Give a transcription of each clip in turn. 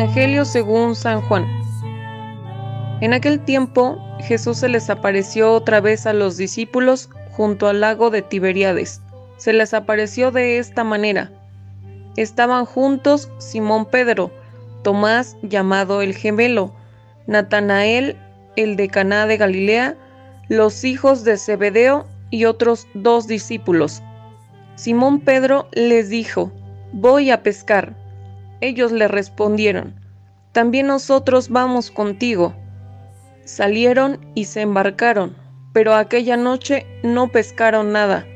Evangelio según San Juan. En aquel tiempo, Jesús se les apareció otra vez a los discípulos junto al lago de Tiberíades. Se les apareció de esta manera. Estaban juntos Simón Pedro, Tomás llamado el Gemelo, Natanael el de Caná de Galilea, los hijos de Zebedeo y otros 2 discípulos. Simón Pedro les dijo: «Voy a pescar». Ellos le respondieron: «También nosotros vamos contigo». Salieron y se embarcaron, pero aquella noche no pescaron nada.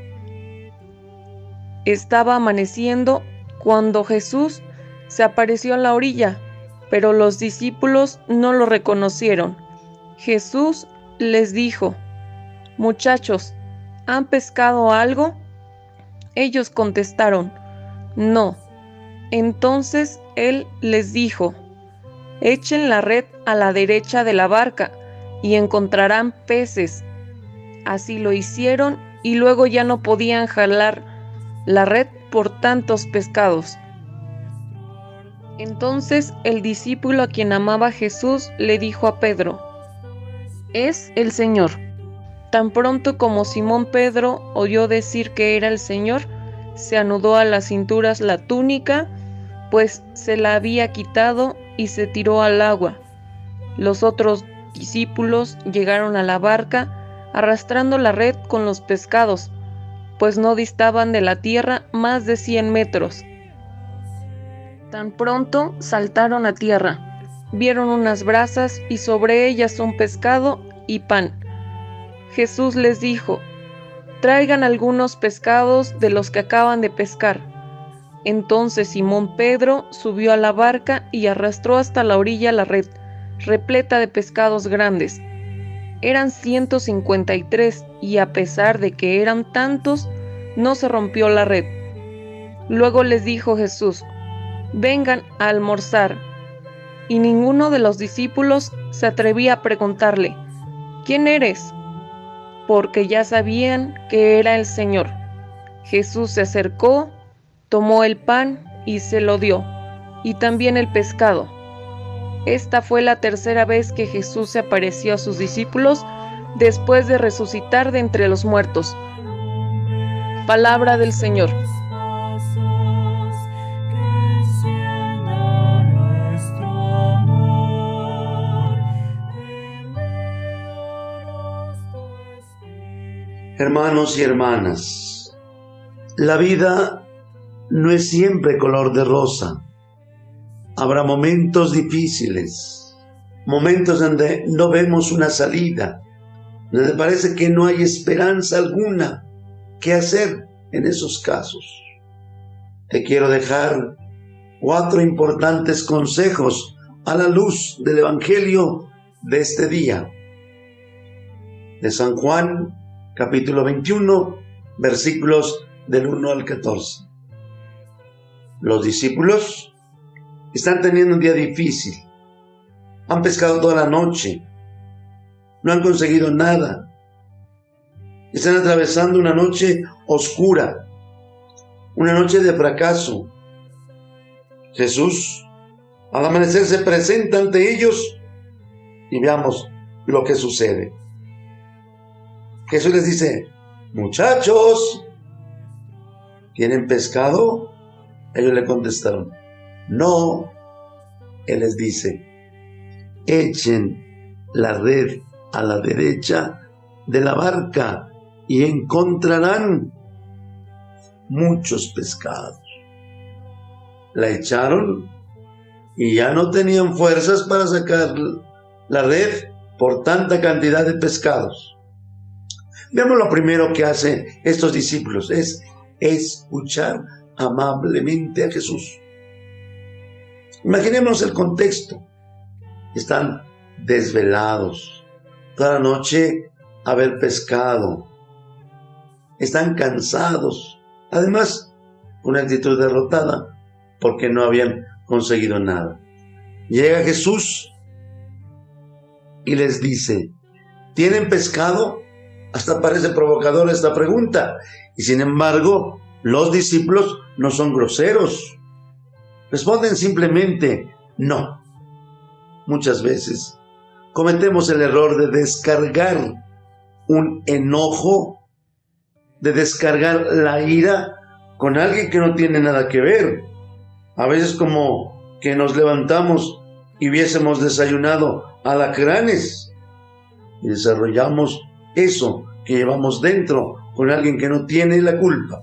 Estaba amaneciendo cuando Jesús se apareció a la orilla, pero los discípulos no lo reconocieron. Jesús les dijo: «Muchachos, ¿han pescado algo?». Ellos contestaron: «No». Entonces él les dijo: «Echen la red a la derecha de la barca y encontrarán peces». Así lo hicieron y luego ya no podían jalar la red por tantos pescados. Entonces el discípulo a quien amaba Jesús le dijo a Pedro: «Es el Señor». Tan pronto como Simón Pedro oyó decir que era el Señor, se anudó a las cinturas la túnica, pues se la había quitado, y se tiró al agua. Los otros discípulos llegaron a la barca arrastrando la red con los pescados, pues no distaban de la tierra más de 100 metros. Tan pronto saltaron a tierra, vieron unas brasas y sobre ellas un pescado y pan. Jesús les dijo: «Traigan algunos pescados de los que acaban de pescar». Entonces Simón Pedro subió a la barca y arrastró hasta la orilla la red, repleta de pescados grandes. Eran 153, y a pesar de que eran tantos, no se rompió la red. Luego les dijo Jesús: «Vengan a almorzar». Y ninguno de los discípulos se atrevía a preguntarle: «¿Quién eres?», porque ya sabían que era el Señor. Jesús se acercó, tomó el pan y se lo dio, y también el pescado. Esta fue la tercera vez que Jesús se apareció a sus discípulos después de resucitar de entre los muertos. Palabra del Señor. Hermanos y hermanas, la vida no es siempre color de rosa. Habrá momentos difíciles, momentos donde no vemos una salida, donde parece que no hay esperanza alguna. ¿Qué hacer en esos casos? Te quiero dejar 4 importantes consejos a la luz del Evangelio de este día, de San Juan, capítulo 21, versículos del 1 al 14. Los discípulos están teniendo un día difícil. Han pescado toda la noche. No han conseguido nada. Están atravesando una noche oscura, una noche de fracaso. Jesús, al amanecer, se presenta ante ellos y veamos lo que sucede. Jesús les dice: «Muchachos, ¿tienen pescado?». Ellos le contestaron: «No». Él les dice: «Echen la red a la derecha de la barca y encontrarán muchos pescados». La echaron y ya no tenían fuerzas para sacar la red por tanta cantidad de pescados. Veamos lo primero que hacen estos discípulos: es escuchar amablemente a Jesús. Imaginemos el contexto. Están desvelados, toda la noche haber pescado. Están cansados, además una actitud derrotada porque no habían conseguido nada. Llega Jesús y les dice: ¿tienen pescado? Hasta parece provocadora esta pregunta, y sin embargo los discípulos no son groseros. Responden simplemente: no. muchas veces cometemos el error de descargar un enojo, de descargar la ira con alguien que no tiene nada que ver. A veces como que nos levantamos y hubiésemos desayunado alacranes y desarrollamos eso que llevamos dentro con alguien que no tiene la culpa.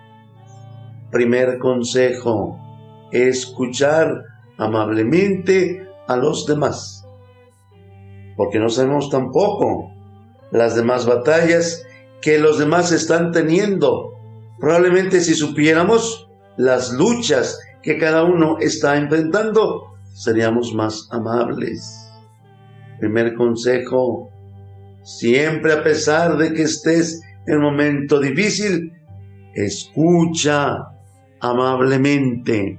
Primer consejo: escuchar amablemente a los demás, porque no sabemos tampoco las demás batallas que los demás están teniendo. Probablemente si supiéramos las luchas que cada uno está enfrentando, seríamos más amables. Primer consejo: siempre, a pesar de que estés en un momento difícil, escucha amablemente.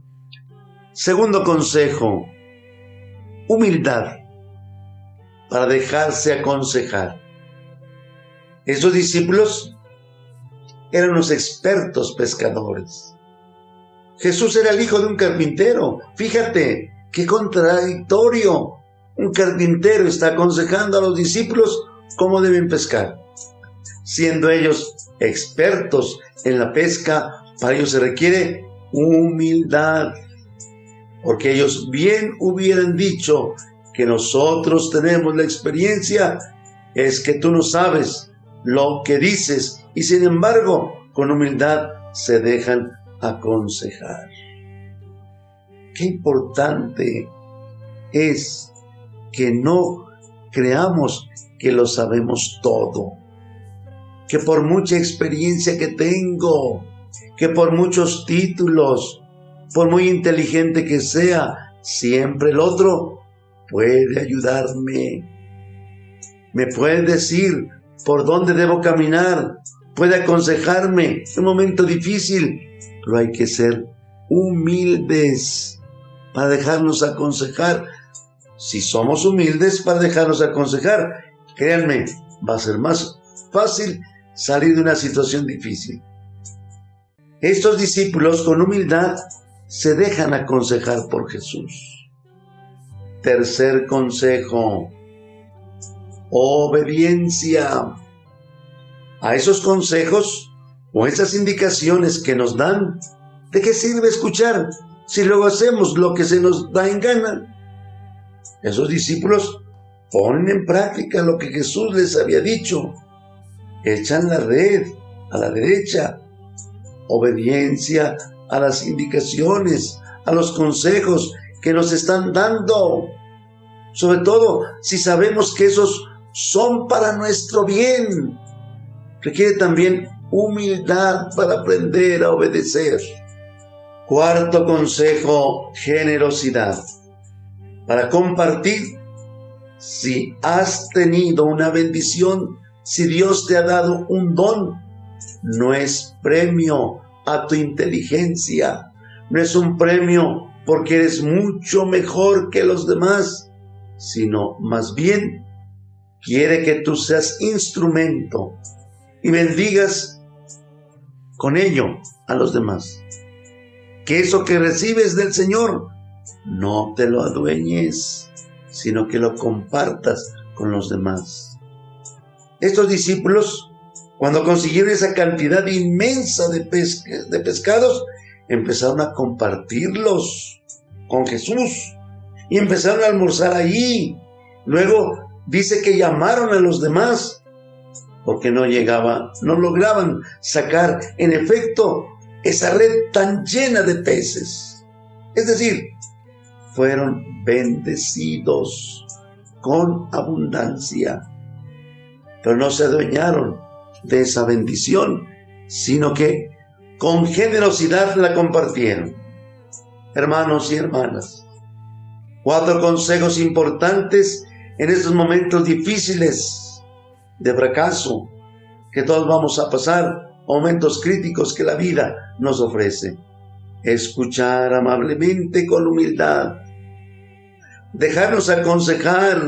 Segundo consejo: humildad para dejarse aconsejar. Esos discípulos eran unos expertos pescadores. Jesús era el hijo de un carpintero. Fíjate, qué contradictorio. Un carpintero está aconsejando a los discípulos cómo deben pescar. Siendo ellos expertos en la pesca, para ellos se requiere humildad. Porque ellos bien hubieran dicho que nosotros tenemos la experiencia, es que tú no sabes lo que dices, y sin embargo, con humildad se dejan aconsejar. Qué importante es que no creamos que lo sabemos todo, que por mucha experiencia que tengo, que por muchos títulos, por muy inteligente que sea, siempre el otro puede ayudarme, me puede decir por dónde debo caminar, puede aconsejarme en un momento difícil, pero hay que ser humildes para dejarnos aconsejar. Si somos humildes para dejarnos aconsejar, créanme, va a ser más fácil salir de una situación difícil. Estos discípulos con humildad se dejan aconsejar por Jesús. Tercer consejo: obediencia. A esos consejos o esas indicaciones que nos dan, ¿de qué sirve escuchar si luego hacemos lo que se nos da en gana? Esos discípulos ponen en práctica lo que Jesús les había dicho. Echan la red a la derecha. Obediencia a las indicaciones, a los consejos que nos están dando. Sobre todo si sabemos que esos son para nuestro bien. Requiere también humildad para aprender a obedecer. Cuarto consejo: generosidad. Para compartir, si has tenido una bendición, si Dios te ha dado un don, no es premio a tu inteligencia, no es un premio porque eres mucho mejor que los demás, sino más bien quiere que tú seas instrumento y bendigas con ello a los demás. Que eso que recibes del Señor no te lo adueñes, sino que lo compartas con los demás. Estos discípulos, cuando consiguieron esa cantidad inmensa de pescados, empezaron a compartirlos con Jesús y empezaron a almorzar ahí. Luego dice que llamaron a los demás porque no lograban sacar en efecto esa red tan llena de peces. Es decir, fueron bendecidos con abundancia, pero no se adueñaron de esa bendición, sino que con generosidad la compartieron. Hermanos y hermanas, 4 consejos importantes en estos momentos difíciles de fracaso que todos vamos a pasar, momentos críticos que la vida nos ofrece. Escuchar amablemente con humildad, dejarnos aconsejar,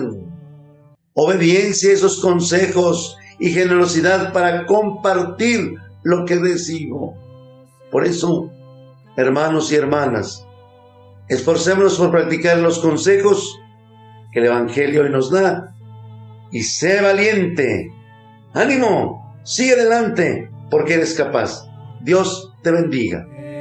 obediencia a esos consejos y generosidad para compartir lo que recibo. Por eso, hermanos y hermanas, esforcémonos por practicar los consejos que el Evangelio hoy nos da. Y sé valiente. ¡Ánimo! Sigue adelante, porque eres capaz. Dios te bendiga.